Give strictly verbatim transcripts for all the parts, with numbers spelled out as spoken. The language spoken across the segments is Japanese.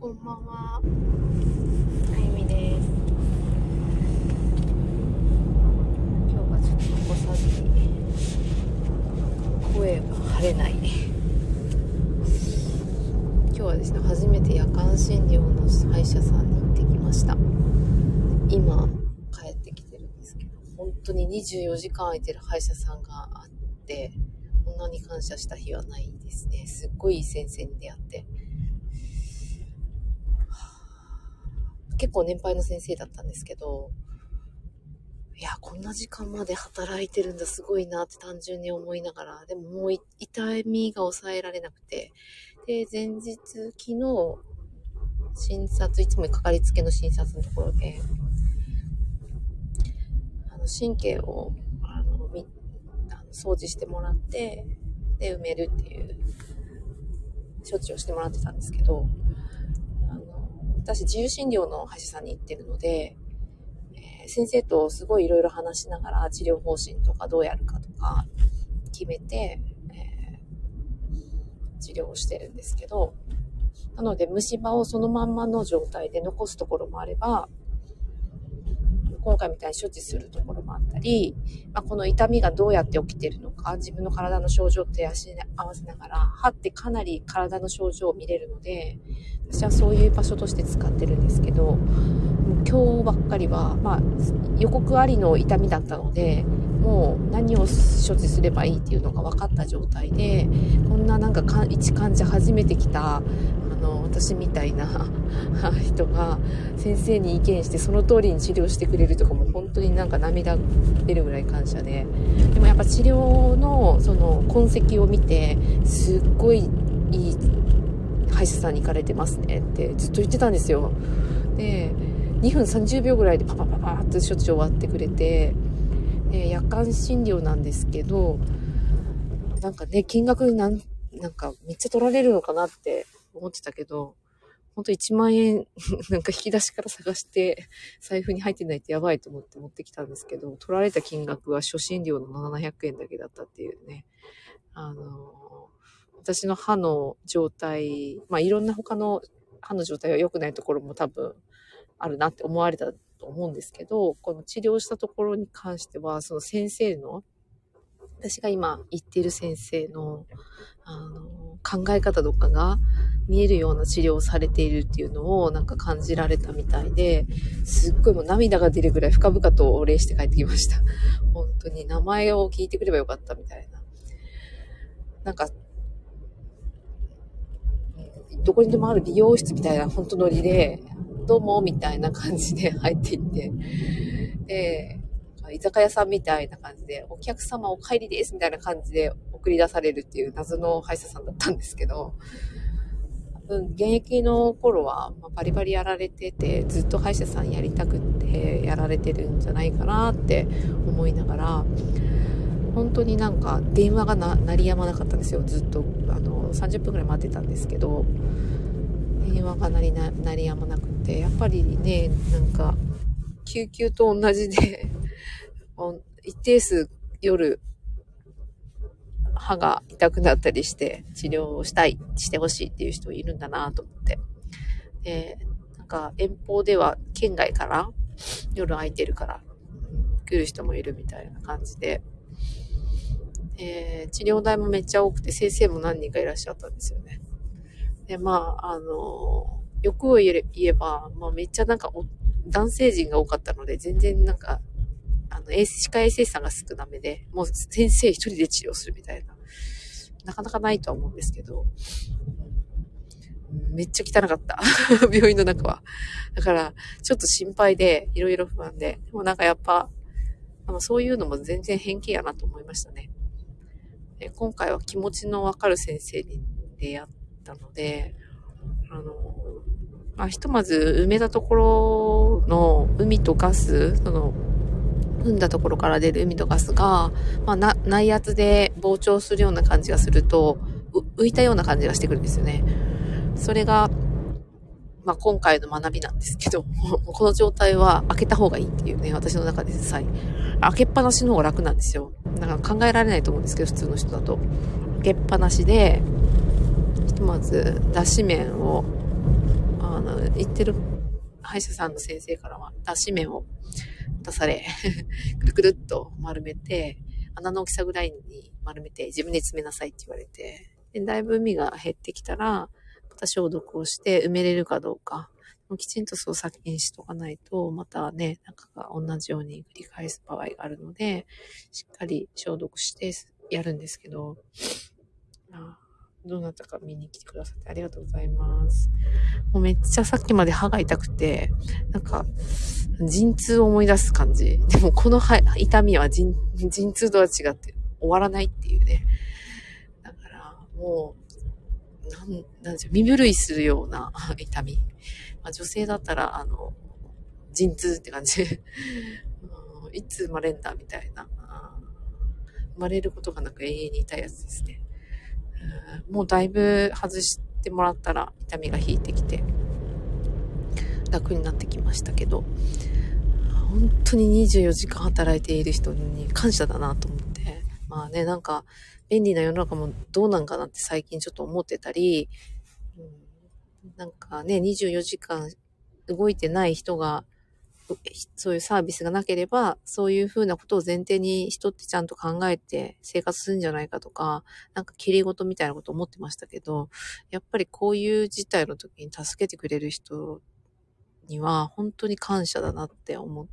こんばんは。あゆみです。今日はちょっと起こさずに声が張れない。今日はですね、初めて夜間診療の歯医者さんに行ってきました。今帰ってきてるんですけど、本当ににじゅうよじかん空いてる歯医者さんがあって、こんなに感謝した日はないですね。すっごいいい先生に出会って。結構年配の先生だったんですけど、いやこんな時間まで働いてるんだ、すごいなって単純に思いながら、でももう痛みが抑えられなくて、で前日昨日診察、いつもかかりつけの診察のところであの神経をあのみあの掃除してもらって、で埋めるっていう処置をしてもらってたんですけど、私自由診療の歯医者さんに行ってるので、えー、先生とすごいいろいろ話しながら治療方針とかどうやるかとか決めて、えー、治療をしてるんですけど、なので虫歯をそのまんまの状態で残すところもあれば、今回みたいに処置するところもあったり、まあ、この痛みがどうやって起きているのか、自分の体の症状と合わせながら、歯ってかなり体の症状を見れるので、私はそういう場所として使ってるんですけど、今日ばっかりは、まあ、予告ありの痛みだったので、もう何を処置すればいいっていうのが分かった状態で、こんななんか一患者初めて来たあの私みたいな人が先生に意見してその通りに治療してくれるとか、もう本当になんか涙出るぐらい感謝で、でもやっぱ治療のその痕跡を見て、すっごいいい歯医者さんに行かれてますねってずっと言ってたんですよ。でにふんさんじゅうびょうぐらいでパパパパって処置終わってくれて、で夜間診療なんですけど、なんかね金額なんなんかめっちゃ取られるのかなって思ってたけど、ほんといちまんえんなんか引き出しから探して財布に入ってないとやばいと思って持ってきたんですけど、取られた金額は初診料のななひゃくえんだけだったっていうね。あの私の歯の状態、まあいろんな他の歯の状態は良くないところも多分あるなって思われたと思うんですけど、この治療したところに関しては、その先生の、私が今言っている先生の、あの考え方とかが見えるような治療をされているっていうのをなんか感じられたみたいで、すっごいもう涙が出るぐらい深々とお礼して帰ってきました。本当に名前を聞いてくればよかったみたいな。なんかどこにでもある美容室みたいな本当ノリで、どうもみたいな感じで入っていって、で居酒屋さんみたいな感じで、お客様お帰りですみたいな感じで送り出されるっていう謎の歯医者さんだったんですけど、現役の頃はバリバリやられてて、ずっと歯医者さんやりたくってやられてるんじゃないかなって思いながら、本当になんか電話がな鳴りやまなかったんですよ。ずっとあのさんじゅっぷんぐらい待ってたんですけど、電話が鳴りな鳴りやまなくて、やっぱりね、なんか救急と同じで一定数夜歯が痛くなったりして治療をしたいしてほしいっていう人いるんだなと思って、でなんか遠方では県外から夜空いてるから、うん、来る人もいるみたいな感じで、えー、治療代もめっちゃ多くて、先生も何人かいらっしゃったんですよね。でまああの欲を言えば、まあ、めっちゃなんか男性陣が多かったので、全然なんかあの歯科衛生士さんが少なめで、もう先生一人で治療するみたいな、なかなかないとは思うんですけど、めっちゃ汚かった病院の中は。だからちょっと心配で、いろいろ不安で、でもなんかやっぱそういうのも全然偏見やなと思いましたね。で今回は気持ちのわかる先生に出会ったので、あのまあ、ひとまず埋めたところの海とガス、その踏んだところから出る海とガスが、まあ、な内圧で膨張するような感じがすると、浮いたような感じがしてくるんですよね。それが、まあ、今回の学びなんですけど、この状態は開けた方がいいっていうね、私の中でさえ開けっぱなしの方が楽なんですよ。だから考えられないと思うんですけど、普通の人だと開けっぱなしで、ひとまず脱脂綿をあの、言ってる歯医者さんの先生からは、脱脂綿を出され、くるくるっと丸めて、穴の大きさぐらいに丸めて、自分で詰めなさいって言われて、でだいぶ海が減ってきたら、また消毒をして埋めれるかどうか、きちんとそう先にしとかないと、またね、なんかが同じように繰り返す場合があるので、しっかり消毒してやるんですけど、あどうなったか見に来てくださってありがとうございます。もうめっちゃさっきまで歯が痛くて、なんか、陣痛を思い出す感じ。でもこの歯痛みは 陣, 陣痛とは違って終わらないっていうね。だからもう、なん、なんでしょう、身震いするような痛み。まあ、女性だったら、あの、陣痛って感じ。いつ生まれんだみたいな。生まれることがなく永遠に痛いやつですね。もうだいぶ外してもらったら痛みが引いてきて楽になってきましたけど、本当ににじゅうよじかん働いている人に感謝だなと思って、まあね、なんか便利な世の中もどうなんかなって最近ちょっと思ってたり、うん、なんかね、にじゅうよじかん動いてない人が、そういうサービスがなければ、そういうふうなことを前提に人ってちゃんと考えて生活するんじゃないかとか、なんか綺麗事みたいなこと思ってましたけど、やっぱりこういう事態の時に助けてくれる人には本当に感謝だなって思って、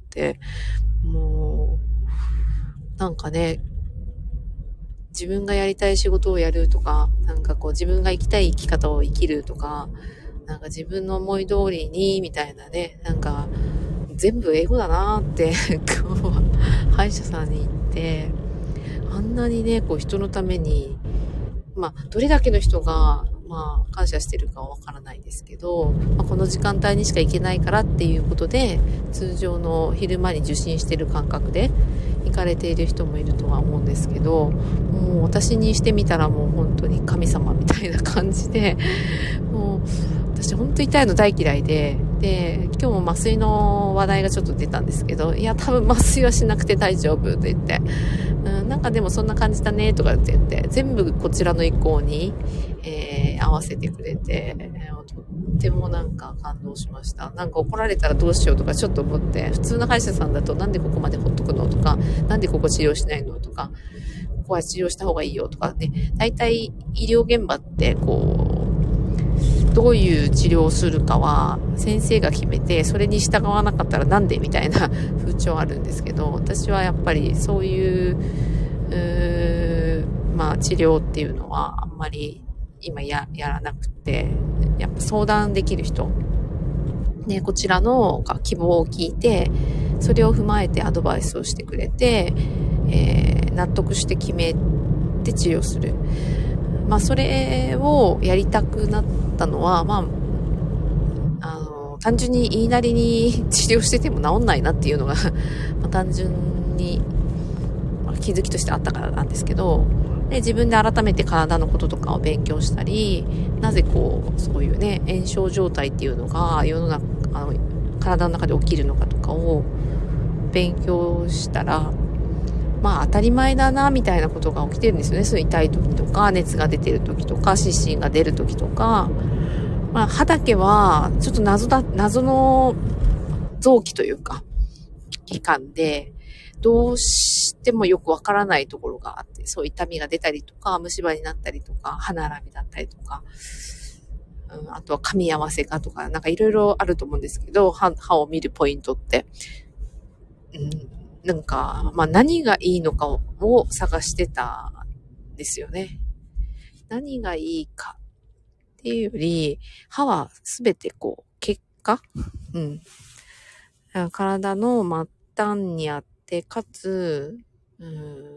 もう、なんかね、自分がやりたい仕事をやるとか、なんかこう自分が生きたい生き方を生きるとか、なんか自分の思い通りにみたいなね、なんか全部英語だなーって今日は歯医者さんに行って、あんなにねこう人のために、まあどれだけの人がまあ感謝してるかはわからないですけど、まあ、この時間帯にしか行けないからっていうことで通常の昼間に受診してる感覚で行かれている人もいるとは思うんですけど、もう私にしてみたらもう本当に神様みたいな感じで、もう私本当痛いの大嫌いで、で今日も麻酔の話題がちょっと出たんですけど、いや多分麻酔はしなくて大丈夫って言って、うん、なんかでもそんな感じだねとかって言って全部こちらの意向に、えー、合わせてくれて、えー、とってもなんか感動しました。なんか怒られたらどうしようとかちょっと思って、普通の歯医者さんだとなんでここまでほっとくのとか、なんでここ治療しないのとか、ここは治療した方がいいよとかね、大体医療現場ってこうどういう治療をするかは先生が決めて、それに従わなかったらなんでみたいな風潮あるんですけど、私はやっぱりそういう、うーまあ治療っていうのはあんまり今 や, やらなくて、やっぱ相談できる人、ね、こちらの希望を聞いて、それを踏まえてアドバイスをしてくれて、えー、納得して決めて治療する。まあそれをやりたくなったのは、まあ、あの、単純に言いなりに治療してても治んないなっていうのが、まあ、単純に、まあ、気づきとしてあったからなんですけど、で自分で改めて体のこととかを勉強したり、なぜこう、そういうね、炎症状態っていうのが世の中、あの、体の中で起きるのかとかを勉強したら、まあ当たり前だなみたいなことが起きてるんですよね。そういう痛い時とか、熱が出てる時とか、湿疹が出る時とか、まあ歯だけはちょっと謎だ、謎の臓器というか、器官で、どうしてもよくわからないところがあって、そう痛みが出たりとか、虫歯になったりとか、歯並びだったりとか、うん、あとは噛み合わせかとか、なんかいろいろあると思うんですけど、歯、歯を見るポイントって。うんなんか、まあ何がいいのかを探してたんですよね。何がいいかっていうより、歯はすべてこう、結果うん。体の末端にあって、かつ、うん、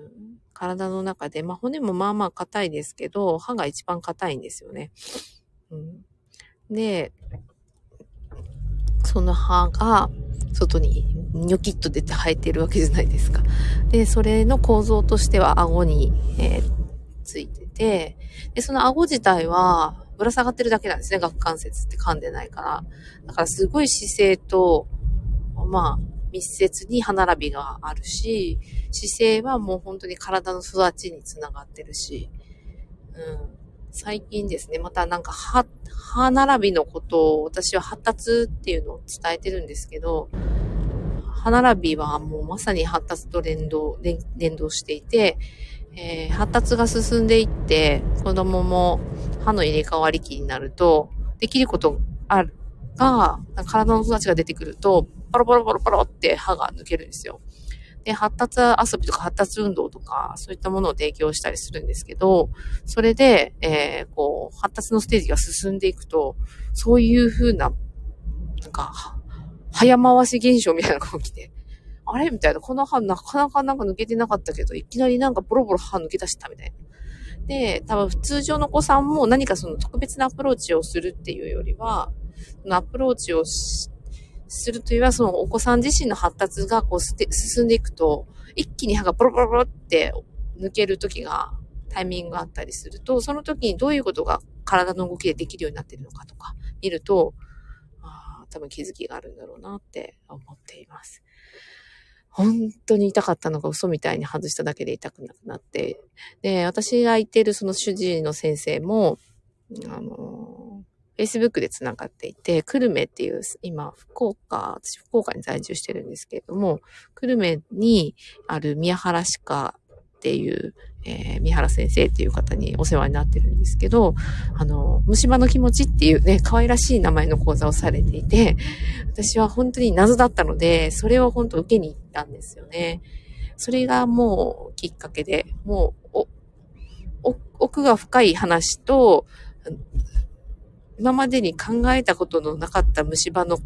体の中で、まあ骨もまあまあ硬いですけど、歯が一番硬いんですよね。うん、で、その歯が、外にニョキッと出て生えてるわけじゃないですか。で、それの構造としては顎に、えー、ついてて、で、その顎自体はぶら下がってるだけなんですね。顎関節って噛んでないから。だからすごい姿勢と、まあ、密接に歯並びがあるし、姿勢はもう本当に体の育ちにつながってるし、うん。 最近ですね、またなんか歯、歯並びのことを私は発達っていうのを伝えてるんですけど、歯並びはもうまさに発達と連動、連連動していて、えー、発達が進んでいって、子供も歯の入れ替わり期になると、できることあるが、体の育ちが出てくると、パロパロパロパロって歯が抜けるんですよ。で、発達遊びとか発達運動とか、そういったものを提供したりするんですけど、それで、えー、こう、発達のステージが進んでいくと、そういう風な、なんか、早回し現象みたいなのが起きて、あれみたいな、この歯なかなかなんか抜けてなかったけど、いきなりなんかボロボロ歯抜け出したみたいな。で、多分通常の子さんも何かその特別なアプローチをするっていうよりは、そのアプローチをしするというは、そのお子さん自身の発達がこう進んでいくと、一気に歯がボロボロボロって抜ける時が、タイミングがあったりすると、その時にどういうことが体の動きでできるようになっているのかとか見ると、あ多分気づきがあるんだろうなって思っています。本当に痛かったのが嘘みたいに外しただけで痛くなくなって、で、私が行っているその主治医の先生も、あの、Facebook でつながっていて、久留米っていう、今、福岡、私福岡に在住してるんですけれども、久留米にある宮原歯科っていう、えー、宮原先生っていう方にお世話になってるんですけど、あの、虫歯の気持ちっていうね、可愛らしい名前の講座をされていて、私は本当に謎だったので、それを本当受けに行ったんですよね。それがもうきっかけで、もう、お、お奥が深い話と、今までに考えたことのなかった虫歯の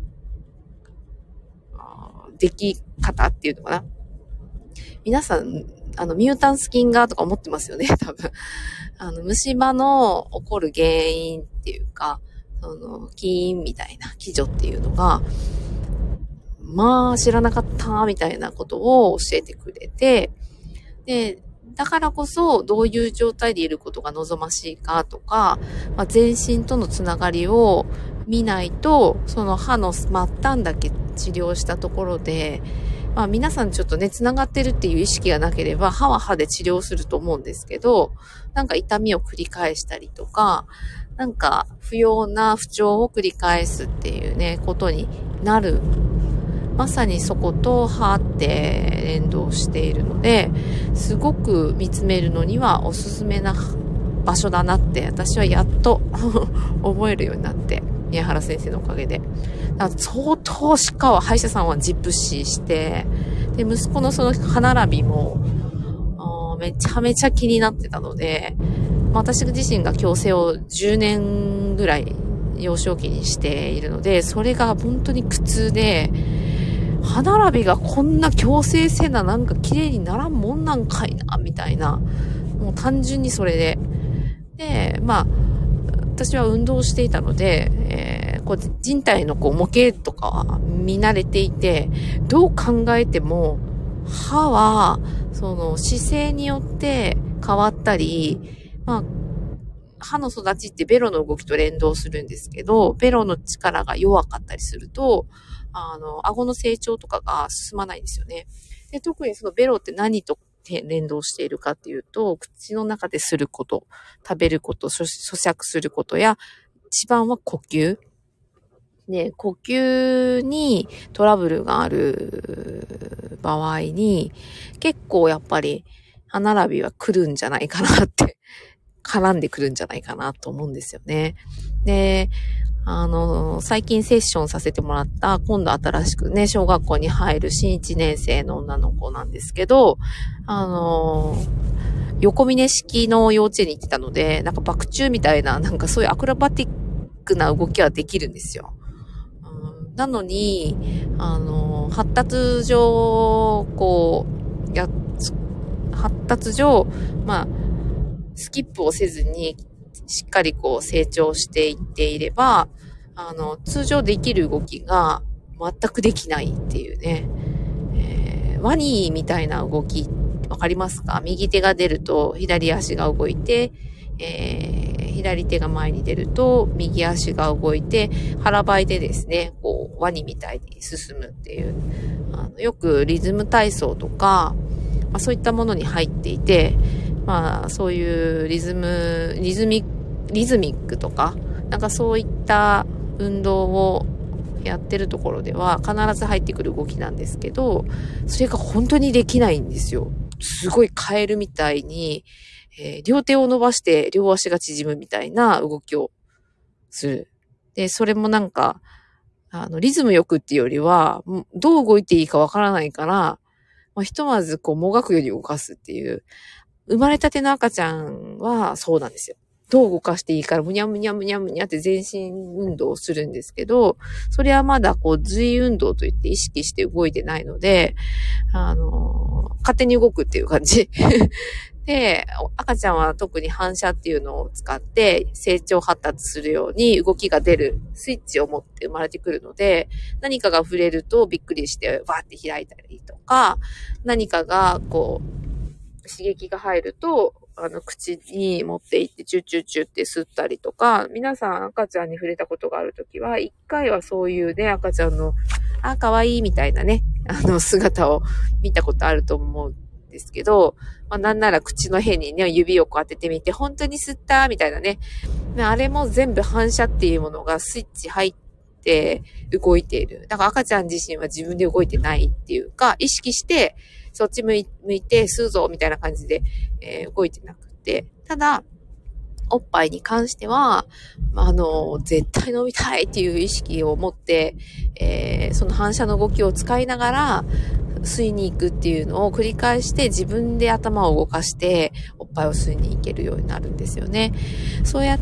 でき方っていうのかな。皆さん、あの、ミュータンス菌がとか思ってますよね、多分。あの、虫歯の起こる原因っていうか、その、起因みたいな、基準っていうのが、まあ、知らなかった、みたいなことを教えてくれて、で、だからこそ、どういう状態でいることが望ましいかとか、まあ、全身とのつながりを見ないと、その歯の末端だけ治療したところで、まあ皆さんちょっとね、つながってるっていう意識がなければ、歯は歯で治療すると思うんですけど、なんか痛みを繰り返したりとか、なんか不要な不調を繰り返すっていうね、ことになる。まさにそこと歯って連動しているので、すごく見つめるのにはおすすめな場所だなって私はやっと思えるようになって、宮原先生のおかげで。だから相当歯科は、歯医者さんはジプシーして、で、息子のその歯並びも、めちゃめちゃ気になってたので、まあ、私自身が矯正をじゅうねんぐらい幼少期にしているので、それが本当に苦痛で、歯並びがこんな矯正せななんか綺麗にならんもんなんかいな、みたいな。もう単純にそれで。で、まあ、私は運動していたので、えー、こう人体のこう模型とかは見慣れていて、どう考えても歯はその姿勢によって変わったり、まあ歯の育ちってベロの動きと連動するんですけど、ベロの力が弱かったりすると、あの顎の成長とかが進まないんですよね。で、特にそのベロって何と連動しているかっていうと、口の中ですること、食べること、咀嚼することや、一番は呼吸。で、呼吸にトラブルがある場合に、結構やっぱり歯並びは来るんじゃないかなって、絡んでくるんじゃないかなと思うんですよね。で、あの、最近セッションさせてもらった、今度新しくね、小学校に入る新いちねん生の女の子なんですけど、あの、横峰式の幼稚園に行ってたので、なんかバク宙みたいな、なんかそういうアクロバティックな動きはできるんですよ。うん、なのに、あの、発達上、こう、や、発達上、まあ、スキップをせずに、しっかりこう成長していっていれば、あの、通常できる動きが全くできないっていうね。えー、ワニみたいな動き、わかりますか？右手が出ると左足が動いて、えー、左手が前に出ると右足が動いて、腹ばいでですね、こう、ワニみたいに進むっていう。あのよくリズム体操とか、まあ、そういったものに入っていて、まあ、そういうリズム、リズミッリズミックとか、なんかそういった運動をやってるところでは必ず入ってくる動きなんですけど、それが本当にできないんですよ。すごいカエルみたいに、えー、両手を伸ばして両足が縮むみたいな動きをする。で、それもなんか、あの、リズムよくっていうよりは、どう動いていいかわからないから、まあ、ひとまずこう、もがくように動かすっていう。生まれたての赤ちゃんはそうなんですよ。どう動かしていいから、むにゃむにゃむにゃむにゃって全身運動をするんですけど、それはまだこう、随運動といって意識して動いてないので、あのー、勝手に動くっていう感じ。で、赤ちゃんは特に反射っていうのを使って成長発達するように動きが出るスイッチを持って生まれてくるので、何かが触れるとびっくりしてバーって開いたりとか、何かがこう刺激が入るとあの口に持っていってチューチューチューって吸ったりとか、皆さん赤ちゃんに触れたことがあるときは一回はそういうね、赤ちゃんのあ可愛いみたいなね、あの姿を見たことあると思うんですけど、まあ、なんなら口の辺にね、指をこう当ててみて、本当に吸ったみたいなね。あれも全部反射っていうものがスイッチ入って動いている。だから赤ちゃん自身は自分で動いてないっていうか、意識してそっち向いて吸うぞみたいな感じで、えー、動いてなくて。ただ、おっぱいに関しては、あの、絶対飲みたいっていう意識を持って、えー、その反射の動きを使いながら、吸いに行くっていうのを繰り返して自分で頭を動かしておっぱいを吸いに行けるようになるんですよね。そうやって、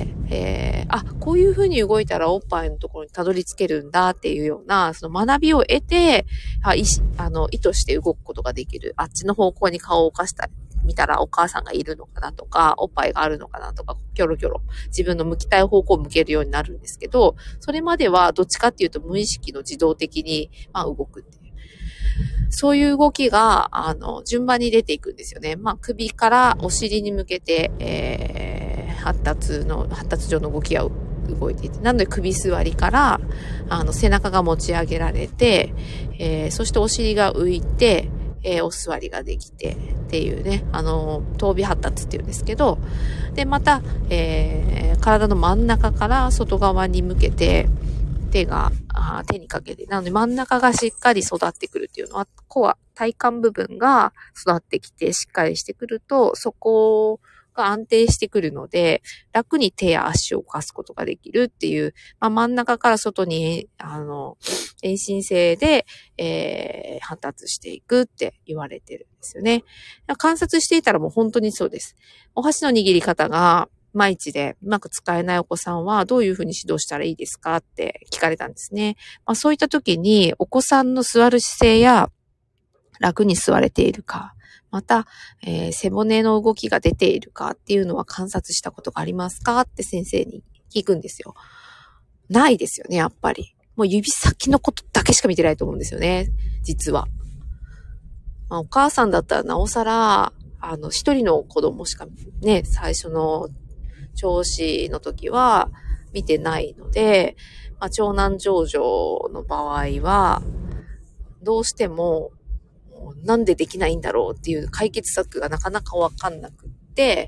えー、あ、こういう風に動いたらおっぱいのところにたどり着けるんだっていうようなその学びを得て、あ、意思、あの、意図して動くことができる。あっちの方向に顔を動かしたり。見たらお母さんがいるのかなとか、おっぱいがあるのかなとか、キョロキョロ自分の向きたい方向を向けるようになるんですけど、それまではどっちかっていうと無意識の自動的に、まあ、動くっていう。そういう動きが、あの、順番に出ていくんですよね。まあ、首からお尻に向けて、えー、発達の、発達上の動きが動いていて、なので首座りから、あの、背中が持ち上げられて、えー、そしてお尻が浮いて、えー、お座りができてっていうね、あの、頭尾発達っていうんですけど、で、また、えー、体の真ん中から外側に向けて、手が、あ手にかけて、なので真ん中がしっかり育ってくるっていうのは、コア、体幹部分が育ってきてしっかりしてくると、そこが安定してくるので、楽に手や足を動かすことができるっていう、まあ、真ん中から外に、あの、遠心性で、えー、発達していくって言われてるんですよね。観察していたらもう本当にそうです。お箸の握り方が、毎日でうまく使えないお子さんはどういうふうに指導したらいいですかって聞かれたんですね。まあ、そういった時にお子さんの座る姿勢や楽に座れているか、また、えー、背骨の動きが出ているかっていうのは観察したことがありますかって先生に聞くんですよ。ないですよね、やっぱり。もう指先のことだけしか見てないと思うんですよね、実は。まあ、お母さんだったらなおさら、あの、一人の子供しかね、最初の調子の時は見てないので、まあ、長男長女の場合は、どうしても、なんでできないんだろうっていう解決策がなかなかわかんなくって、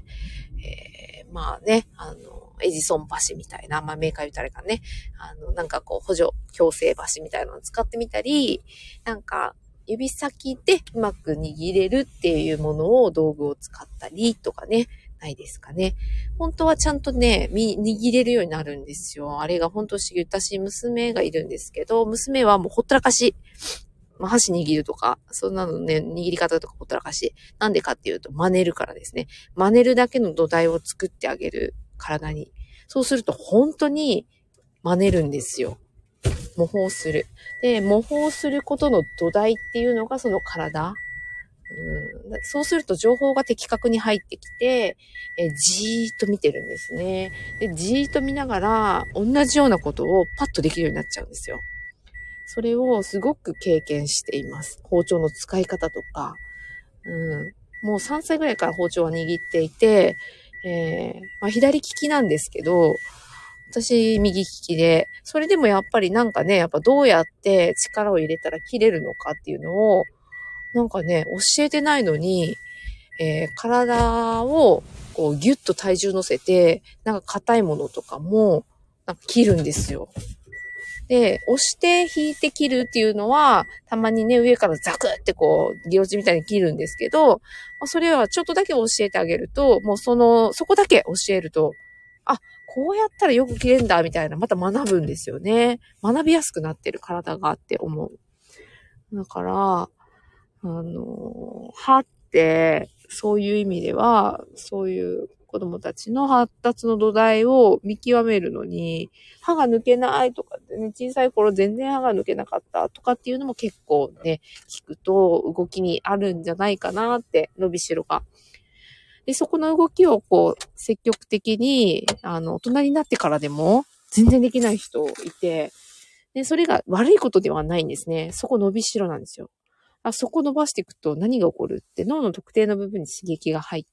えー、まあね、あの、エジソン橋みたいな、まあメーカー言ったらかね、あの、なんかこう補助矯正橋みたいなのを使ってみたり、なんか指先でうまく握れるっていうものを道具を使ったりとかね、ないですかね。本当はちゃんとね、握れるようになるんですよ。あれが本当不思議。私、娘がいるんですけど、娘はもうほったらかし。まあ、箸握るとか、そんなのね、握り方とかほったらかし。なんでかっていうと、真似るからですね。真似るだけの土台を作ってあげる、体に。そうすると、本当に真似るんですよ。模倣する。で、模倣することの土台っていうのがその体。うん、そうすると情報が的確に入ってきて、えじーっと見てるんですね。で、じーっと見ながら、同じようなことをパッとできるようになっちゃうんですよ。それをすごく経験しています。包丁の使い方とか。うん、もうさんさいぐらいから包丁は握っていて、えーまあ、左利きなんですけど、私右利きで、それでもやっぱりなんかね、やっぱどうやって力を入れたら切れるのかっていうのを、なんかね、教えてないのに、えー、体をここうギュッと体重乗せて、なんか硬いものとかも、なんか切るんですよ。で、押して引いて切るっていうのは、たまにね、上からザクってこう、ギロチみたいに切るんですけど、それはちょっとだけ教えてあげると、もうその、そこだけ教えると、あ、こうやったらよく切れるんだ、みたいな、また学ぶんですよね。学びやすくなってる体がって思う。だから、あの、歯って、そういう意味では、そういう子供たちの発達の土台を見極めるのに、歯が抜けないとかってね、小さい頃全然歯が抜けなかったとかっていうのも結構ね、聞くと動きにあるんじゃないかなって、伸びしろが。で、そこの動きをこう、積極的に、あの、大人になってからでも全然できない人いて、で、それが悪いことではないんですね。そこ伸びしろなんですよ。あそこ伸ばしていくと何が起こるって脳の特定の部分に刺激が入って、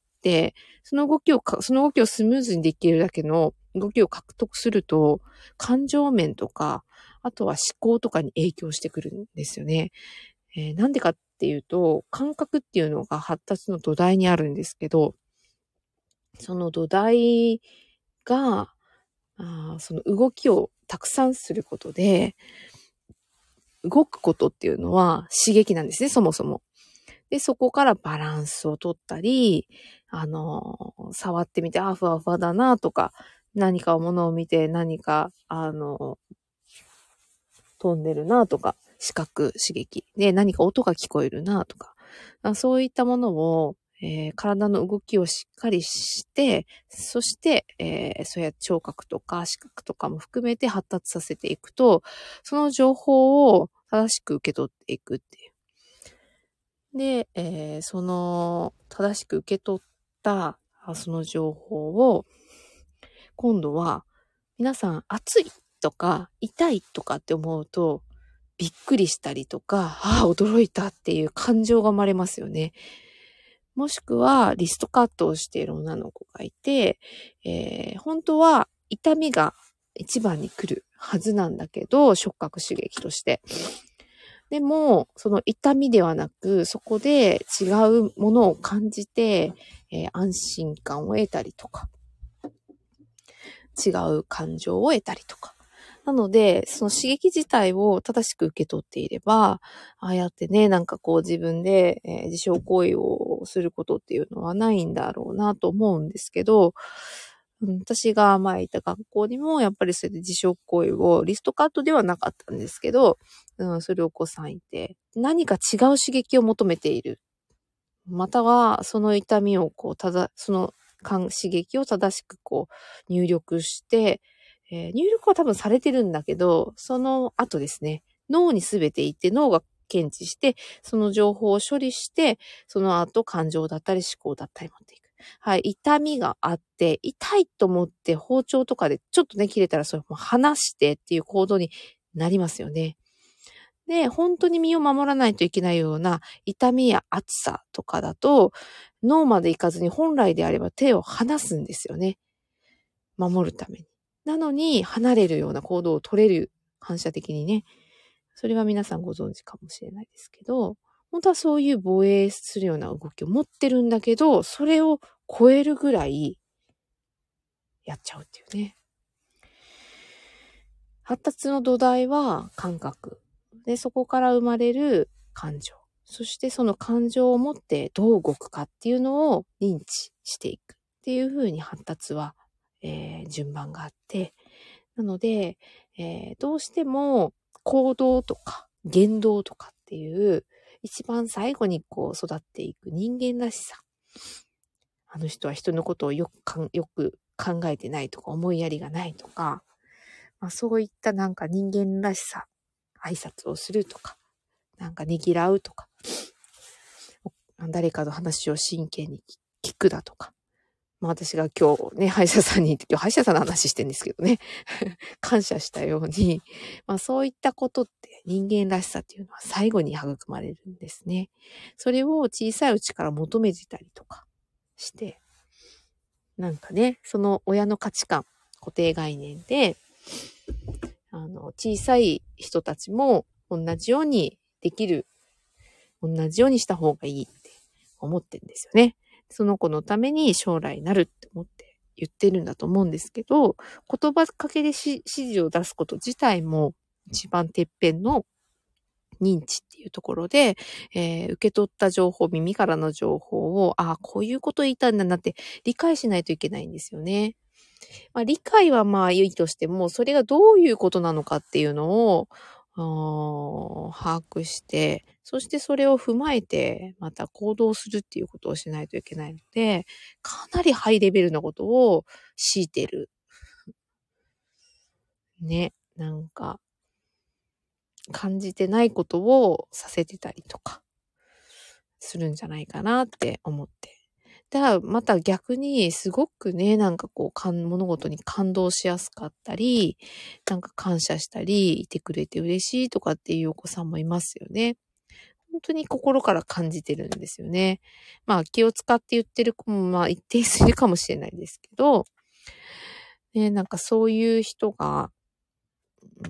その動きをか、その動きをスムーズにできるだけの動きを獲得すると、感情面とか、あとは思考とかに影響してくるんですよね。えー、なんでかっていうと、感覚っていうのが発達の土台にあるんですけど、その土台が、あその動きをたくさんすることで、動くことっていうのは刺激なんですね、そもそも。で、そこからバランスを取ったり、あの、触ってみて、あ、ふわふわだなとか、何かものを見て何か、あの、飛んでるなとか、視覚刺激で何か音が聞こえるなとか、そういったものを、えー、体の動きをしっかりして、そして、えー、そうや聴覚とか視覚とかも含めて発達させていくと、その情報を正しく受け取っていくっていう。で、えー、その正しく受け取ったその情報を、今度は皆さん熱いとか痛いとかって思うと、びっくりしたりとか、ああ、驚いたっていう感情が生まれますよね。もしくは、リストカットをしている女の子がいて、えー、本当は痛みが一番に来るはずなんだけど、触覚刺激として。でも、その痛みではなく、そこで違うものを感じて、えー、安心感を得たりとか、違う感情を得たりとか。なので、その刺激自体を正しく受け取っていれば、ああやってね、なんかこう自分で、えー、自傷行為をすることっていうのはないんだろうなと思うんですけど、うん、私が前いた学校にもやっぱりそれで自傷行為をリストカットではなかったんですけど、うん、するお子さんいて、何か違う刺激を求めている。または、その痛みをこう、ただ、その刺激を正しくこう、入力して、えー、入力は多分されてるんだけど、その後ですね、脳にすべていって脳が検知して、その情報を処理して、その後感情だったり思考だったり持っていく。はい、痛みがあって、痛いと思って包丁とかでちょっとね、切れたらそれも離してっていう行動になりますよね。で、本当に身を守らないといけないような痛みや熱さとかだと、脳まで行かずに本来であれば手を離すんですよね。守るために。なのに、離れるような行動を取れる、反射的にね。それは皆さんご存知かもしれないですけど、本当はそういう防衛するような動きを持ってるんだけど、それを超えるぐらいやっちゃうっていうね。発達の土台は感覚。で、そこから生まれる感情。そしてその感情を持ってどう動くかっていうのを認知していくっていうふうに発達はえー、順番があって、なので、えー、どうしても行動とか言動とかっていう一番最後にこう育っていく人間らしさ。あの人は人のことをよくかん、よく考えてないとか思いやりがないとか、まあ、そういったなんか人間らしさ、挨拶をするとか、なんかねぎらうとか、誰かの話を真剣に聞くだとか、まあ私が今日ね、歯医者さんに行って、今日歯医者さんの話してるんですけどね。感謝したように、まあそういったことって人間らしさっていうのは最後に育まれるんですね。それを小さいうちから求めてたりとかして、なんかね、その親の価値観、固定概念で、あの、小さい人たちも同じようにできる、同じようにした方がいいって思ってるんですよね。 その子のために将来なるって思って言ってるんだと思うんですけど、言葉かけで指示を出すこと自体も一番てっぺんの認知っていうところで、えー、受け取った情報、耳からの情報を、ああ、こういうこと言いたんだなって理解しないといけないんですよね。まあ、理解はまあいいとしても、それがどういうことなのかっていうのを、把握して、そしてそれを踏まえて、また行動するっていうことをしないといけないので、かなりハイレベルなことを強いてる。ね、なんか、感じてないことをさせてたりとか、するんじゃないかなって思って。だからまた逆にすごくね、なんかこう、物事に感動しやすかったり、なんか感謝したり、いてくれて嬉しいとかっていうお子さんもいますよね。本当に心から感じてるんですよね。まあ気を使って言ってる子もまあ一定するかもしれないですけど、ね、なんかそういう人が、うん、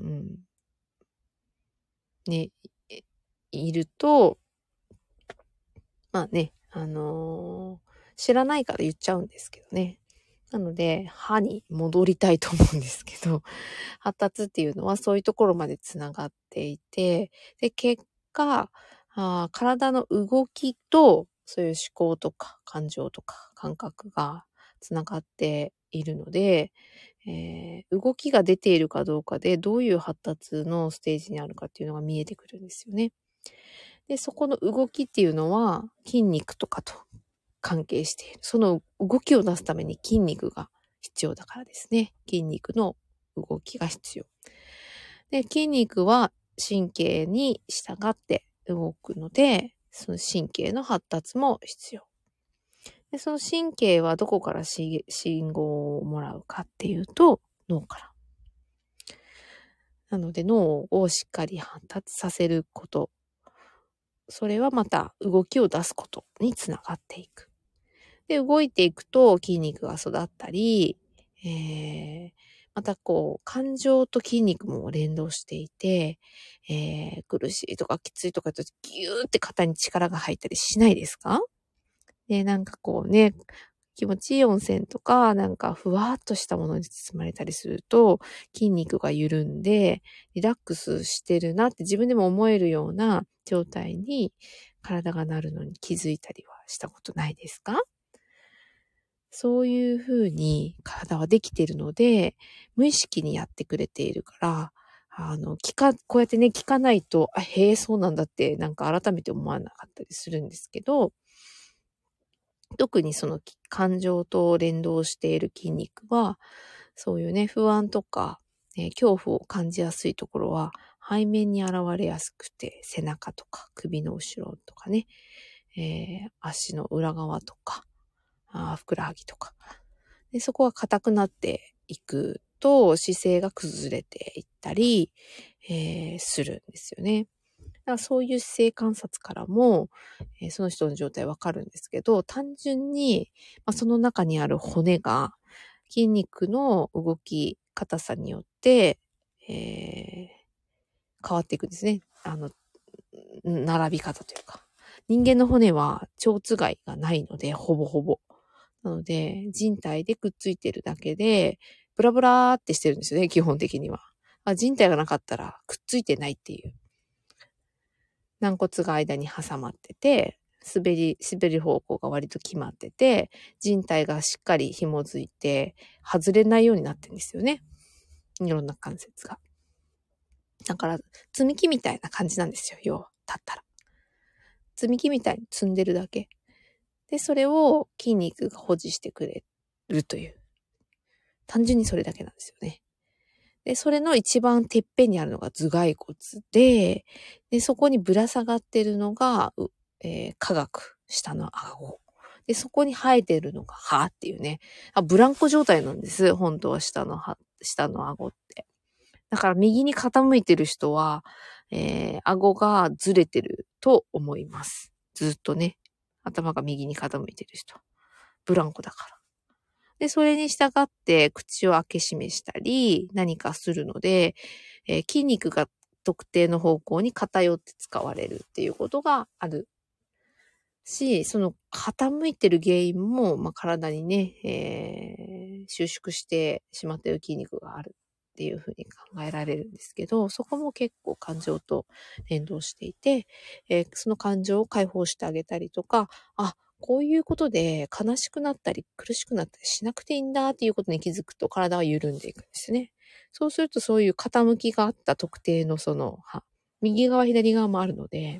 ね、いると、まあね、あのー、知らないから言っちゃうんですけどね。なので、歯に戻りたいと思うんですけど、発達っていうのはそういうところまでつながっていて、で、結果、あ体の動きと、そういう思考とか感情とか感覚がつながっているので、えー、動きが出ているかどうかで、どういう発達のステージにあるかっていうのが見えてくるんですよね。で、そこの動きっていうのは筋肉とかと関係している。その動きを出すために筋肉が必要だからですね。筋肉の動きが必要。で、筋肉は神経に従って動くので、その神経の発達も必要。で、その神経はどこから信号をもらうかっていうと、脳から。なので脳をしっかり発達させること。それはまた動きを出すことにつながっていく。で、動いていくと筋肉が育ったり、えー、またこう、感情と筋肉も連動していて、えー、苦しいとかきついとかとギューって肩に力が入ったりしないですか？で、なんかこうね、気持ちいい温泉とか、なんかふわーっとしたものに包まれたりすると、筋肉が緩んで、リラックスしてるなって自分でも思えるような状態に体がなるのに気づいたりはしたことないですか？そういう風に体はできているので、無意識にやってくれているから、あの、聞か、こうやってね、聞かないと、あ、へえ、そうなんだって、なんか改めて思わなかったりするんですけど、特にその感情と連動している筋肉は、そういうね、不安とか、えー、恐怖を感じやすいところは、背面に現れやすくて、背中とか首の後ろとかね、えー、足の裏側とか、あふくらはぎとか。で、そこが硬くなっていくと姿勢が崩れていったり、えー、するんですよね。だからそういう姿勢観察からも、えー、その人の状態わかるんですけど、単純に、まあ、その中にある骨が筋肉の動き硬さによって、えー、変わっていくんですね。あの、並び方というか。人間の骨は蝶番がないので、ほぼほぼ。なので、人体でくっついてるだけで、ブラブラーってしてるんですよね、基本的には。人体がなかったらくっついてないっていう。軟骨が間に挟まってて、滑り、滑る方向が割と決まってて、人体がしっかり紐づいて、外れないようになってるんですよね。いろんな関節が。だから、積み木みたいな感じなんですよ、要は。立ったら。積み木みたいに積んでるだけ。で、それを筋肉が保持してくれるという。単純にそれだけなんですよね。で、それの一番てっぺんにあるのが頭蓋骨で、で、そこにぶら下がってるのが、えー、下顎、下の顎。で、そこに生えてるのが歯っていうね。あ、ブランコ状態なんです。本当は下の歯、下の顎って。だから右に傾いてる人は、えー、顎がずれてると思います。ずっとね。頭が右に傾いてる人。ブランコだから。で、それに従って口を開け閉めしたり何かするので、えー、筋肉が特定の方向に偏って使われるっていうことがあるし、その傾いてる原因も、まあ、体にね、えー、収縮してしまっている筋肉があるっていうふうに考えられるんですけど、そこも結構感情と連動していて、えー、その感情を解放してあげたりとか、あ、こういうことで悲しくなったり苦しくなったりしなくていいんだっていうことに気づくと体は緩んでいくんですね。そうするとそういう傾きがあった特定のその、右側左側もあるので、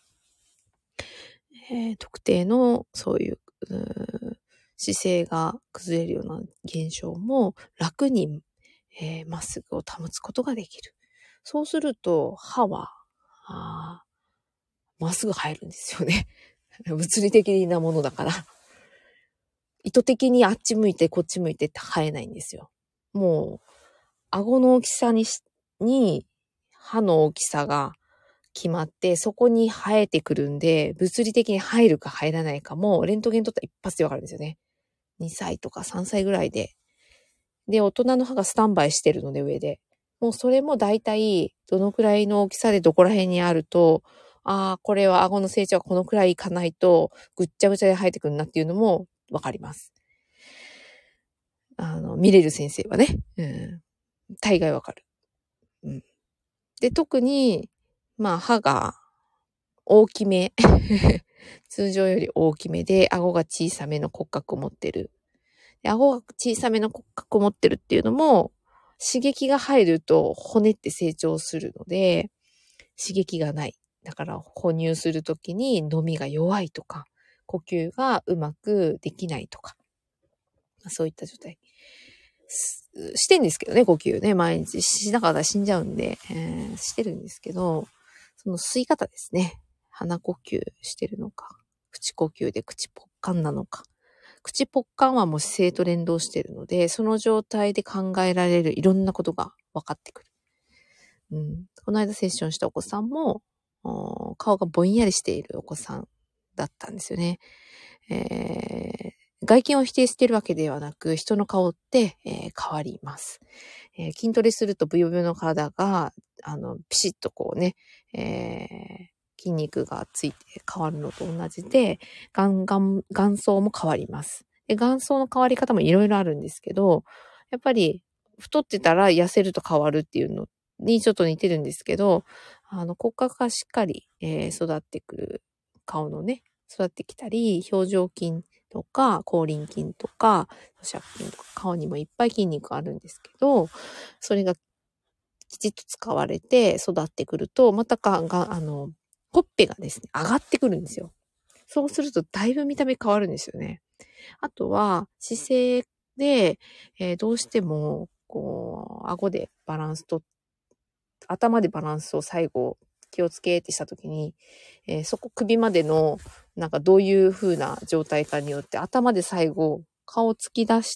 えー、特定のそういう、うー姿勢が崩れるような現象も楽にえー、まっすぐを保つことができる。そうすると、歯は、あまっすぐ生えるんですよね。物理的なものだから。意図的にあっち向いてこっち向いてって生えないんですよ。もう、顎の大きさにし、に、歯の大きさが決まって、そこに生えてくるんで、物理的に入るか入らないかも、レントゲン撮ったら一発でわかるんですよね。にさいとかさんさいぐらいで。で、大人の歯がスタンバイしてるので上で。もうそれも大体、どのくらいの大きさでどこら辺にあると、ああ、これは顎の成長がこのくらいいかないと、ぐっちゃぐちゃで生えてくるなっていうのもわかります。あの、見れる先生はね。うん。大概わかる。うん。で、特に、まあ、歯が大きめ。通常より大きめで、顎が小さめの骨格を持ってる。顎が小さめの骨格を持ってるっていうのも、刺激が入ると骨って成長するので、刺激がない。だから哺乳するときに飲みが弱いとか、呼吸がうまくできないとか、そういった状態。してんですけどね、呼吸ね、毎日。しなかったら死んじゃうんで、えー、してるんですけど、その吸い方ですね。鼻呼吸してるのか、口呼吸で口ぽっかんなのか。口ぽっかんはもう姿勢と連動しているので、その状態で考えられるいろんなことが分かってくる。うん、この間セッションしたお子さんも、顔がぼんやりしているお子さんだったんですよね。えー、外見を否定しているわけではなく、人の顔って、えー、変わります、えー。筋トレするとブヨブヨの体が、あの、ピシッとこうね、えー、筋肉がついて変わるのと同じで、眼、眼、眼層も変わります。で、眼層の変わり方もいろいろあるんですけど、やっぱり太ってたら痩せると変わるっていうのにちょっと似てるんですけど、あの骨格がしっかり、えー、育ってくる顔のね、育ってきたり、表情筋とか、口輪筋とか、咀嚼筋とか、顔にもいっぱい筋肉あるんですけど、それがきちっと使われて育ってくると、またか、が、あの、ほっぺがですね、上がってくるんですよ。そうすると、だいぶ見た目変わるんですよね。あとは、姿勢で、えー、どうしても、こう、顎でバランスと、頭でバランスを最後、気をつけってしたときに、えー、そこ首までの、なんかどういう風な状態かによって、頭で最後、顔突き出して、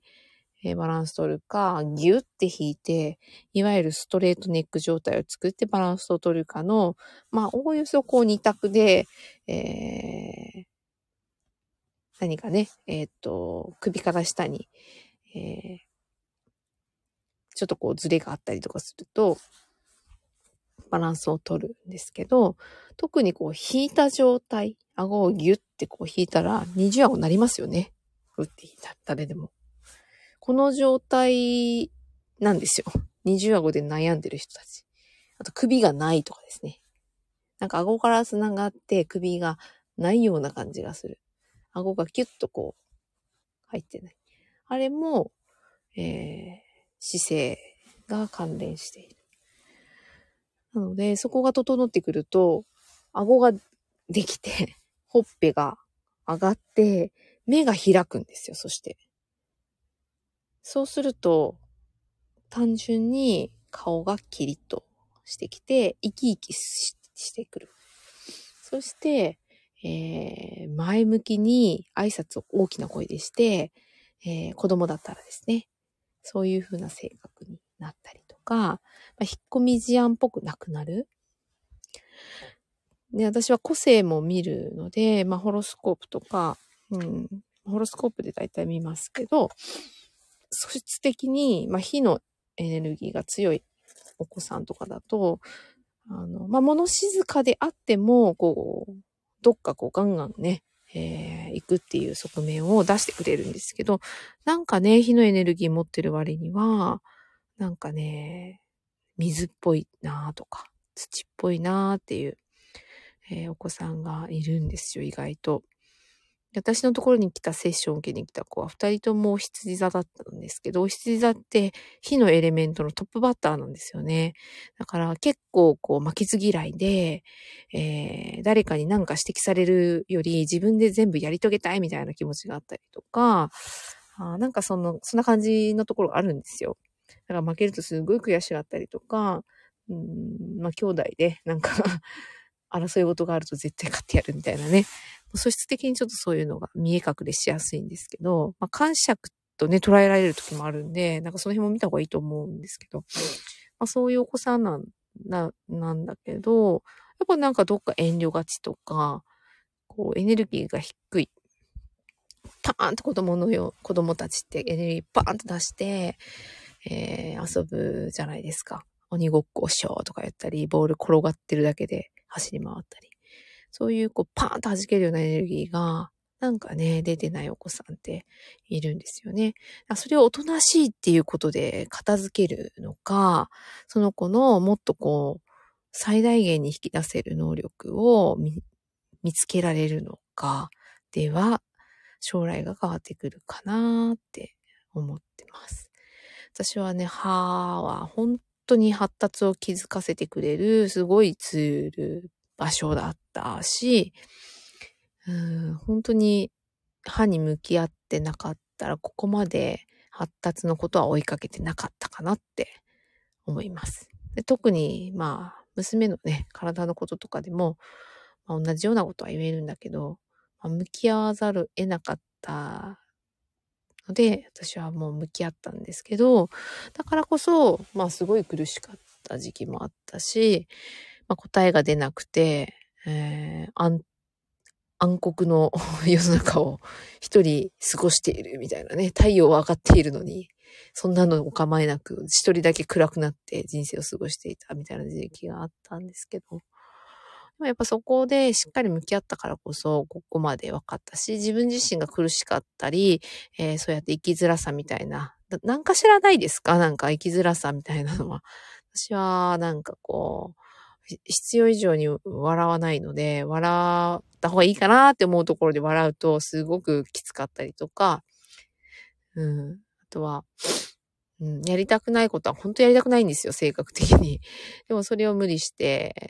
えー、バランス取るか、ギュッて引いて、いわゆるストレートネック状態を作ってバランスを取るかの、まあ、おおよそこう二択で、えー、何かね、えっと、首から下に、えー、ちょっとこうズレがあったりとかすると、バランスを取るんですけど、特にこう引いた状態、顎をギュッてこう引いたら二重顎になりますよね。ふって引いた誰でも。この状態なんですよ。二重顎で悩んでる人たち。あと首がないとかですね。なんか顎から繋がって首がないような感じがする。顎がキュッとこう入ってない。あれも、えー、姿勢が関連している。なので、そこが整ってくると、顎ができて、ほっぺが上がって、目が開くんですよ、そして。そうすると、単純に顔がキリッとしてきて、生き生き し, してくる。そして、えー、前向きに挨拶を大きな声でして、えー、子供だったらですね、そういう風な性格になったりとか、まあ、引っ込み思案っぽくなくなる。で、私は個性も見るので、まあ、ホロスコープとか、うん、ホロスコープで大体見ますけど、素質的に、まあ、火のエネルギーが強いお子さんとかだと、あの、まあ、物静かであっても、こう、 どっかこうガンガンね、えー、行くっていう側面を出してくれるんですけど、なんかね、火のエネルギー持ってる割には、なんかね、水っぽいなとか、土っぽいなっていう、えー、お子さんがいるんですよ、意外と。私のところに来たセッションを受けに来た子は二人とも羊座だったんですけど、羊座って火のエレメントのトップバッターなんですよね。だから結構こう負けず嫌いで、えー、誰かに何か指摘されるより自分で全部やり遂げたいみたいな気持ちがあったりとか、あなんかその、そんな感じのところがあるんですよ。だから負けるとすごい悔しがったりとか、うーん、まあ兄弟でなんか争い事があると絶対勝ってやるみたいなね。素質的にちょっとそういうのが見え隠れしやすいんですけど、まあ、感触とね、捉えられる時もあるんで、なんかその辺も見た方がいいと思うんですけど、まあ、そういうお子さんなん、な、なんだけど、やっぱなんかどっか遠慮がちとか、こうエネルギーが低い。パーンと子供のよ、子供たちってエネルギーパーンと出して、えー、遊ぶじゃないですか。鬼ごっこしようとか言ったり、ボール転がってるだけで走り回ったり。そういうこうパーンと弾けるようなエネルギーが、なんかね、出てないお子さんっているんですよね。それをおとなしいっていうことで片付けるのか、その子のもっとこう、最大限に引き出せる能力を 見, 見つけられるのかでは、将来が変わってくるかなって思ってます。私はね、歯は本当に発達を気づかせてくれるすごいツール、場所だったし、うーん本当に歯に向き合ってなかったらここまで発達のことは追いかけてなかったかなって思います。で特にまあ娘のね体のこととかでも、まあ、同じようなことは言えるんだけど、まあ、向き合わざる得なかったので私はもう向き合ったんですけど、だからこそまあすごい苦しかった時期もあったし、まあ、答えが出なくて、えー、暗暗黒の世の中を一人過ごしているみたいなね。太陽は上がっているのに、そんなのお構いなく、一人だけ暗くなって人生を過ごしていたみたいな時期があったんですけど。でもやっぱそこでしっかり向き合ったからこそ、ここまで分かったし、自分自身が苦しかったり、えー、そうやって生きづらさみたいな、なんか知らないですか？なんか生きづらさみたいなのは。私はなんかこう、必要以上に笑わないので、笑った方がいいかなって思うところで笑うとすごくきつかったりとか、うん、あとは、うん、やりたくないことは本当やりたくないんですよ、性格的に。でもそれを無理して、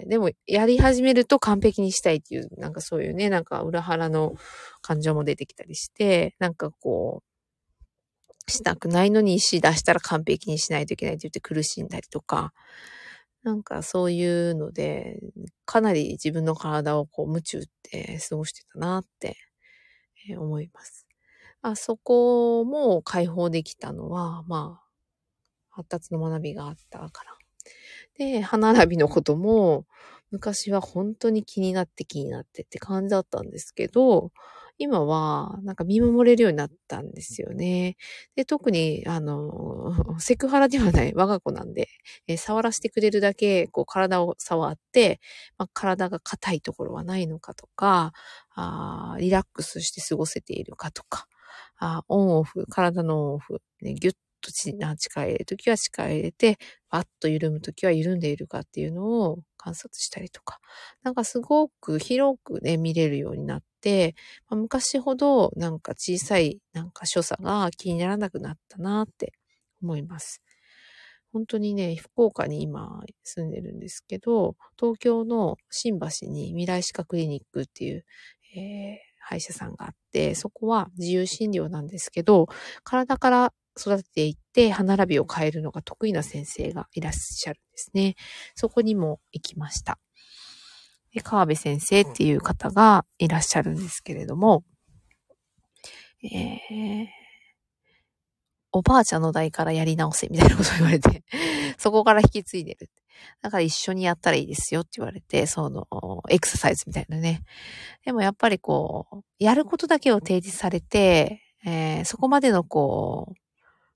でもやり始めると完璧にしたいっていう、なんかそういうね、なんか裏腹の感情も出てきたりして、なんかこう、したくないのに石出したら完璧にしないといけないって言って苦しんだりとか、なんかそういうので、かなり自分の体をこう無知って過ごしてたなって思います。あそこも解放できたのは、まあ、発達の学びがあったから。で、歯並びのことも、昔は本当に気になって気になってって感じだったんですけど、今はなんか見守れるようになったんですよね。で、特に、あの、セクハラではない我が子なんで、えー触らせてくれるだけ、こう体を触って、まあ、体が硬いところはないのかとか、あリラックスして過ごせているかとか、あオンオフ、体のオンオフ、ね、ギュッと力入れるときは力入れて、バッと緩むときは緩んでいるかっていうのを観察したりとか、なんかすごく広くね、見れるようになって、まあ、昔ほどなんか小さいなんか所作が気にならなくなったなって思います。本当にね、福岡に今住んでるんですけど、東京の新橋に未来歯科クリニックっていう、えー、歯医者さんがあって、そこは自由診療なんですけど、体から育てていって歯並びを変えるのが得意な先生がいらっしゃるんですね。そこにも行きました。で、川辺先生っていう方がいらっしゃるんですけれども、えー、おばあちゃんの代からやり直せみたいなことを言われて、そこから引き継いでる。だから一緒にやったらいいですよって言われて、その、エクササイズみたいなね。でもやっぱりこう、やることだけを提示されて、えー、そこまでのこう、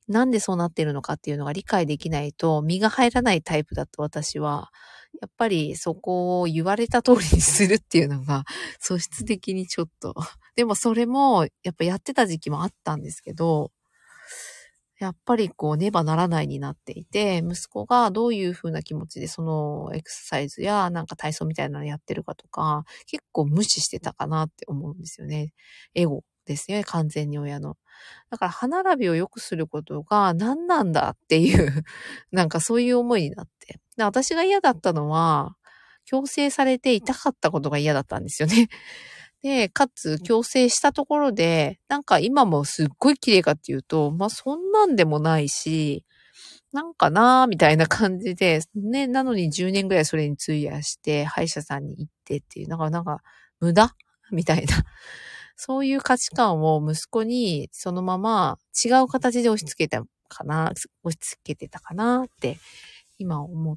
なんでそうなってるのかっていうのが理解できないと身が入らないタイプだと私は、やっぱりそこを言われた通りにするっていうのが素質的にちょっと。でもそれもやっぱやってた時期もあったんですけど、やっぱりこうねばならないになっていて、息子がどういう風な気持ちでそのエクササイズやなんか体操みたいなのやってるかとか、結構無視してたかなって思うんですよね。エゴですよね、完全に親の。だから歯並びを良くすることが何なんだっていう、なんかそういう思いになって。で、私が嫌だったのは、強制されて痛かったことが嫌だったんですよね。で、かつ、矯正したところで、なんか今もすっごい綺麗かっていうと、まあそんなんでもないし、なんかなーみたいな感じで、ね、なのにじゅうねんぐらいそれに費やして、歯医者さんに行ってっていう、なんか、なんか、無駄みたいな。そういう価値観を息子にそのまま違う形で押し付けたかな、押し付けてたかなって今思って。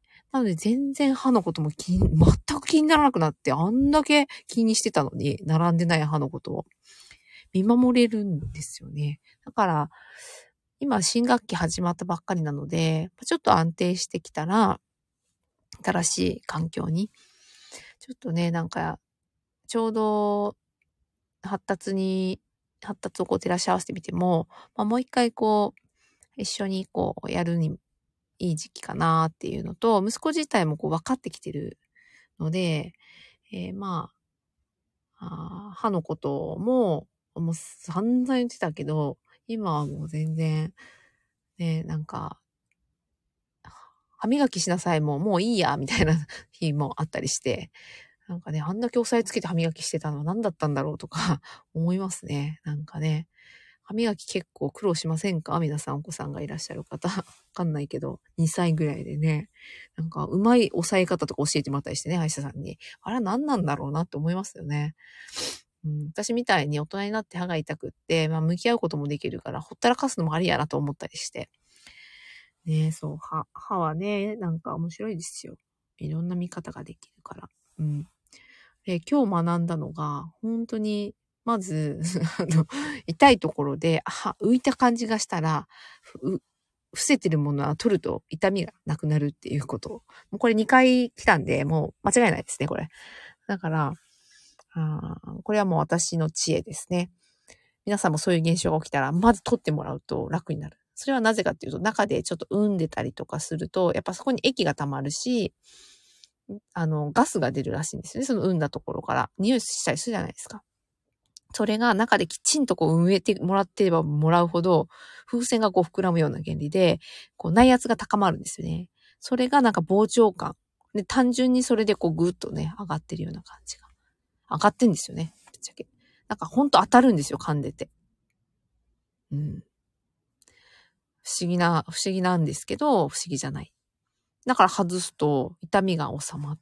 なので全然歯のことも気に、全く気にならなくなって、あんだけ気にしてたのに、並んでない歯のことを見守れるんですよね。だから、今新学期始まったばっかりなので、ちょっと安定してきたら、新しい環境に、ちょっとね、なんか、ちょうど発達に、発達をこう照らし合わせてみても、まあ、もう一回こう、一緒にこう、やるにいい時期かなっていうのと、息子自体もこう分かってきてるので、えー、まあ、あ歯のことも、もう散々言ってたけど、今はもう全然、ね、なんか、歯磨きしなさい、もう、もういいや、みたいな日もあったりして、なんかね、あんだけ押さえつけて歯磨きしてたのは何だったんだろうとか思いますね。なんかね。歯磨き結構苦労しませんか？皆さんお子さんがいらっしゃる方。わかんないけど、にさいぐらいでね。なんか、うまい押さえ方とか教えてもらったりしてね、歯医者さんに。あれは何なんだろうなって思いますよね。うん、私みたいに大人になって歯が痛くって、まあ、向き合うこともできるから、ほったらかすのもありやなと思ったりして。ね、そう、歯、歯はね、なんか面白いですよ。いろんな見方ができるから。うん。で、今日学んだのが、本当に、まず、あの、痛いところで、あ、浮いた感じがしたら、ふ伏せてるものは取ると痛みがなくなるっていうこと。もうこれにかい来たんで、もう間違いないですね、これ。だから、あこれはもう私の知恵ですね。皆さんもそういう現象が起きたら、まず取ってもらうと楽になる。それはなぜかっていうと、中でちょっと産んでたりとかすると、やっぱそこに液が溜まるし、あの、ガスが出るらしいんですよね。その産んだところから。匂いしたりするじゃないですか。それが中できちんとこう植えてもらってればもらうほど、風船がこう膨らむような原理で、こう内圧が高まるんですよね。それがなんか膨張感。で、単純にそれでこうぐーっとね、上がってるような感じが。上がってんですよね。ぶっちゃけ。なんかほんと当たるんですよ、噛んでて。うん。不思議な、不思議なんですけど、不思議じゃない。だから外すと痛みが収まって、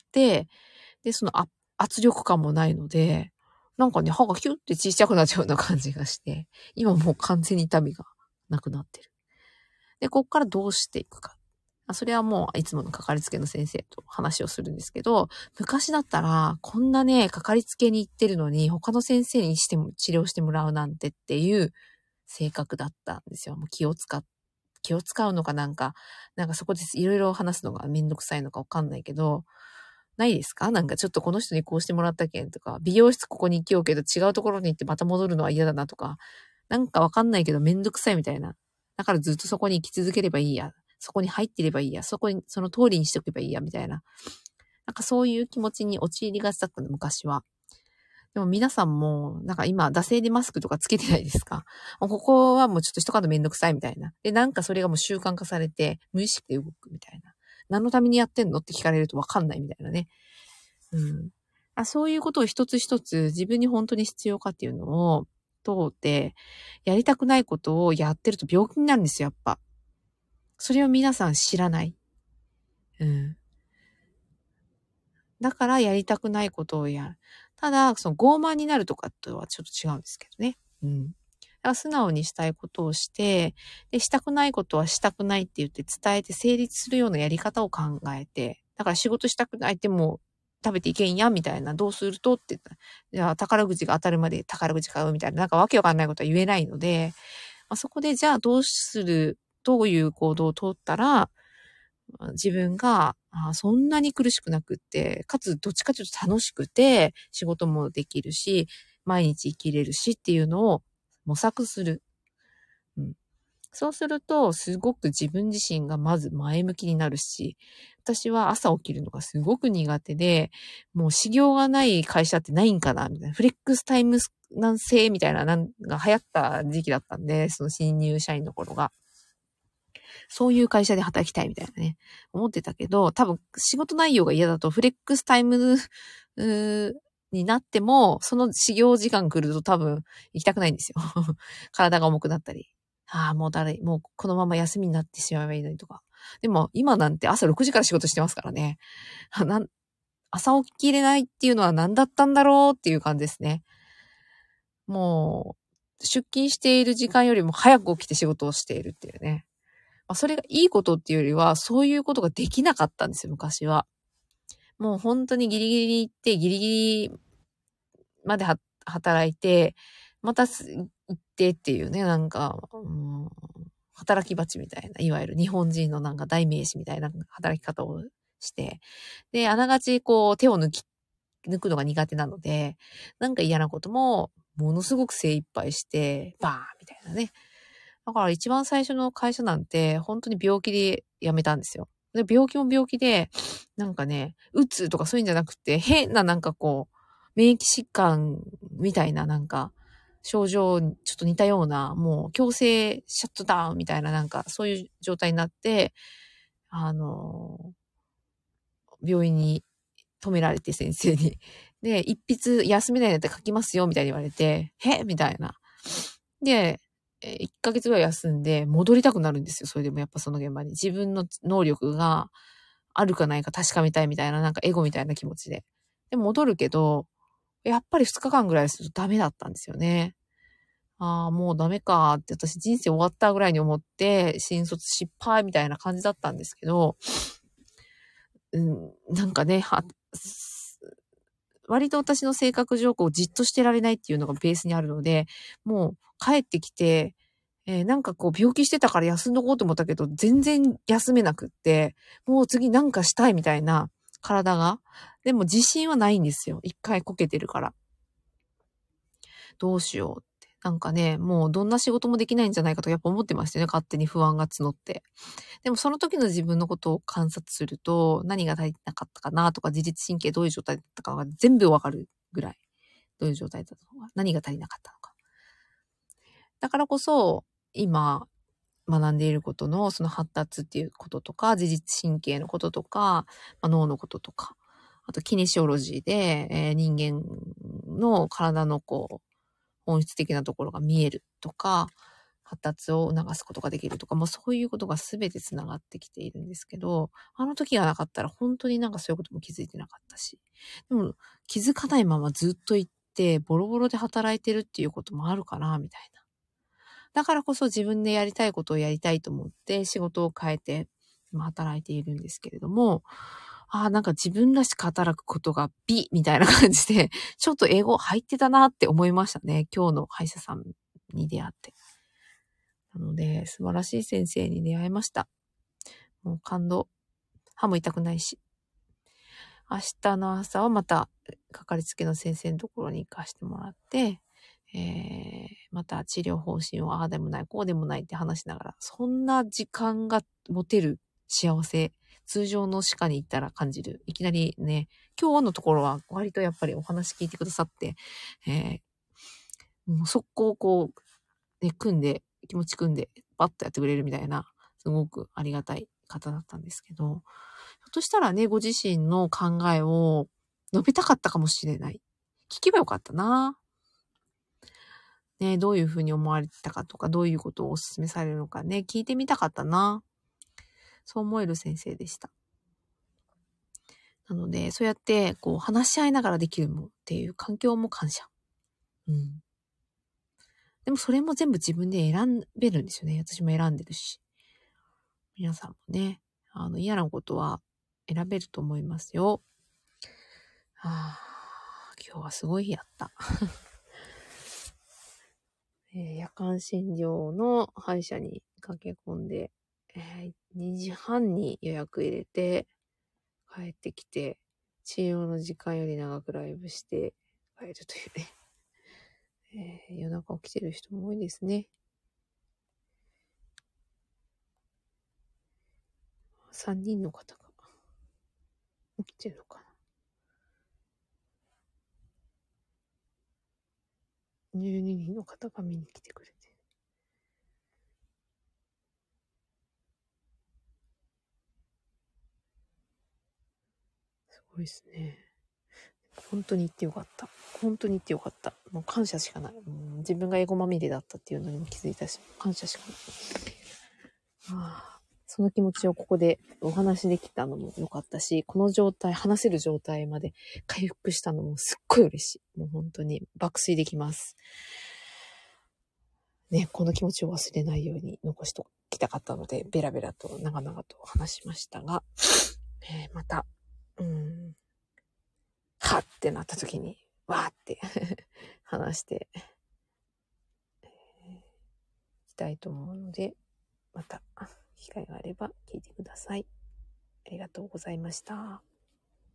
で、その圧力感もないので、なんかね、歯がキュッて小さくなっちゃうような感じがして、今もう完全に痛みがなくなってる。で、こっからどうしていくか。それはもういつものかかりつけの先生と話をするんですけど、昔だったらこんなね、かかりつけに行ってるのに他の先生にしても治療してもらうなんてっていう性格だったんですよ。もう気を使っ気を使うのかなんか、なんかそこでいろいろ話すのがめんどくさいのかわかんないけど、ないですか？なんかちょっとこの人にこうしてもらったけんとか、美容室ここに行きようけど違うところに行ってまた戻るのは嫌だなとか、なんかわかんないけどめんどくさいみたいな。だからずっとそこに行き続ければいいや。そこに入ってればいいや。そこに、その通りにしておけばいいや、みたいな。なんかそういう気持ちに陥りがちだったの、昔は。でも皆さんも、なんか今、惰性でマスクとかつけてないですか？ここはもうちょっと一方めんどくさいみたいな。で、なんかそれがもう習慣化されて、無意識で動くみたいな。何のためにやってんのって聞かれるとわかんないみたいなね。うん。あ、そういうことを一つ一つ自分に本当に必要かっていうのを問うて、やりたくないことをやってると病気になるんですよ、やっぱ。それを皆さん知らない。うん。だからやりたくないことをやる。ただ、その傲慢になるとかとはちょっと違うんですけどね。うん。だから素直にしたいことをして、で、したくないことはしたくないって言って伝えて成立するようなやり方を考えて、だから仕事したくないってもう食べていけんや、みたいな、どうするとって言ったら、じゃあ宝くじが当たるまで宝くじ買うみたいな、なんかわけわかんないことは言えないので、 あそこでじゃあどうする、どういう行動を取ったら、自分があそんなに苦しくなくって、かつどっちかというと楽しくて、仕事もできるし、毎日生きれるしっていうのを模索する。うん、そうすると、すごく自分自身がまず前向きになるし、私は朝起きるのがすごく苦手で、もう始業がない会社ってないんかなみたいな。フレックスタイムなん制みたいな、なんが流行った時期だったんで、その新入社員の頃が。そういう会社で働きたいみたいなね、思ってたけど、多分仕事内容が嫌だとフレックスタイムになっても、その始業時間来ると多分行きたくないんですよ。体が重くなったり。ああ、もうだれ、もうこのまま休みになってしまえばいいのにとか。でも今なんて朝ろくじから仕事してますからね。なん朝起きれないっていうのは何だったんだろうっていう感じですね。もう、出勤している時間よりも早く起きて仕事をしているっていうね。まあ、それがいいことっていうよりは、そういうことができなかったんですよ、昔は。もう本当にギリギリ行って、ギリギリまでは働いて、また行ってっていうね、なんか、うん、働き蜂みたいな、いわゆる日本人のなんか代名詞みたいな働き方をして、で、あながちこう手を抜き、抜くのが苦手なので、なんか嫌なこともものすごく精一杯して、バーンみたいなね。だから一番最初の会社なんて本当に病気で辞めたんですよ。で、病気も病気で、なんかね、うつとかそういうんじゃなくて、変ななんかこう、免疫疾患みたいななんか、症状にちょっと似たような、もう強制シャットダウンみたいななんか、そういう状態になって、あの、病院に止められて先生に。で、一筆休めないんだって書きますよみたいに言われて、へみたいな。で、いっかげつぐらい休んで戻りたくなるんですよ。それでもやっぱその現場に。自分の能力があるかないか確かめたいみたいな、なんかエゴみたいな気持ちで。で、戻るけど、やっぱりふつかかんぐらいするとダメだったんですよね。ああ、もうダメかって私人生終わったぐらいに思って、新卒失敗みたいな感じだったんですけど、うん、なんかね、は、割と私の性格上、こうじっとしてられないっていうのがベースにあるので、もう帰ってきて、えー、なんかこう病気してたから休んどこうと思ったけど、全然休めなくって、もう次なんかしたいみたいな体が。でも自信はないんですよ。一回こけてるから。どうしようって。なんかね、もうどんな仕事もできないんじゃないかとやっぱ思ってましたよね。勝手に不安が募って。でもその時の自分のことを観察すると、何が足りなかったかなとか、自律神経どういう状態だったかが全部わかるぐらい。どういう状態だったのか。何が足りなかったのか。だからこそ、今、学んでいることのその発達っていうこととか、自律神経のこととか、まあ、脳のこととか、あとキネシオロジーで、えー、人間の体のこう、本質的なところが見えるとか、発達を促すことができるとか、もうそういうことが全てつながってきているんですけど、あの時がなかったら本当になんかそういうことも気づいてなかったし、でも気づかないままずっと行ってボロボロで働いてるっていうこともあるかな、みたいな。だからこそ自分でやりたいことをやりたいと思って仕事を変えて今働いているんですけれども、ああ、なんか自分らしく働くことが美みたいな感じで、ちょっと英語入ってたなって思いましたね。今日の歯医者さんに出会って。なので、素晴らしい先生に出会いました。もう感動。歯も痛くないし。明日の朝はまた、かかりつけの先生のところに行かせてもらって、えー、また治療方針をああでもない、こうでもないって話しながら、そんな時間が持てる幸せ、通常の歯科に行ったら感じる。いきなりね、今日のところは割とやっぱりお話聞いてくださって、えー、もう速攻こう、ね、組んで、気持ち組んで、バッとやってくれるみたいな、すごくありがたい方だったんですけど、ひょっとしたらね、ご自身の考えを述べたかったかもしれない。聞けばよかったな。ね、どういうふうに思われてたかとか、どういうことをお勧めされるのかね、聞いてみたかったな。そう思える先生でした。なので、そうやって、こう、話し合いながらできるもんっていう環境も感謝。うん。でもそれも全部自分で選べるんですよね。私も選んでるし。皆さんもね、あの、嫌なことは選べると思いますよ。はあ、今日はすごい日やった。 えー、夜間診療の歯医者に駆け込んで、えー、にじはんに予約入れて、帰ってきて、治療の時間より長くライブして帰るというね。えー、夜中起きてる人も多いですね。さんにんの方が起きてるのかな。じゅうににんの方が見に来てくれて。すごいですね。本当に行ってよかった。本当に行ってよかった。もう感謝しかない。もう自分がエゴまみれだったっていうのにも気づいたし、感謝しかない。ああ、その気持ちをここでお話できたのも良かったし、この状態、話せる状態まで回復したのもすっごい嬉しい。もう本当に爆睡できます。ね、この気持ちを忘れないように残しときたかったので、ベラベラと長々と話しましたが、えー、また、うーん、はってなった時に、わーって話していきたいと思うので、また機会があれば聞いてください。ありがとうございました。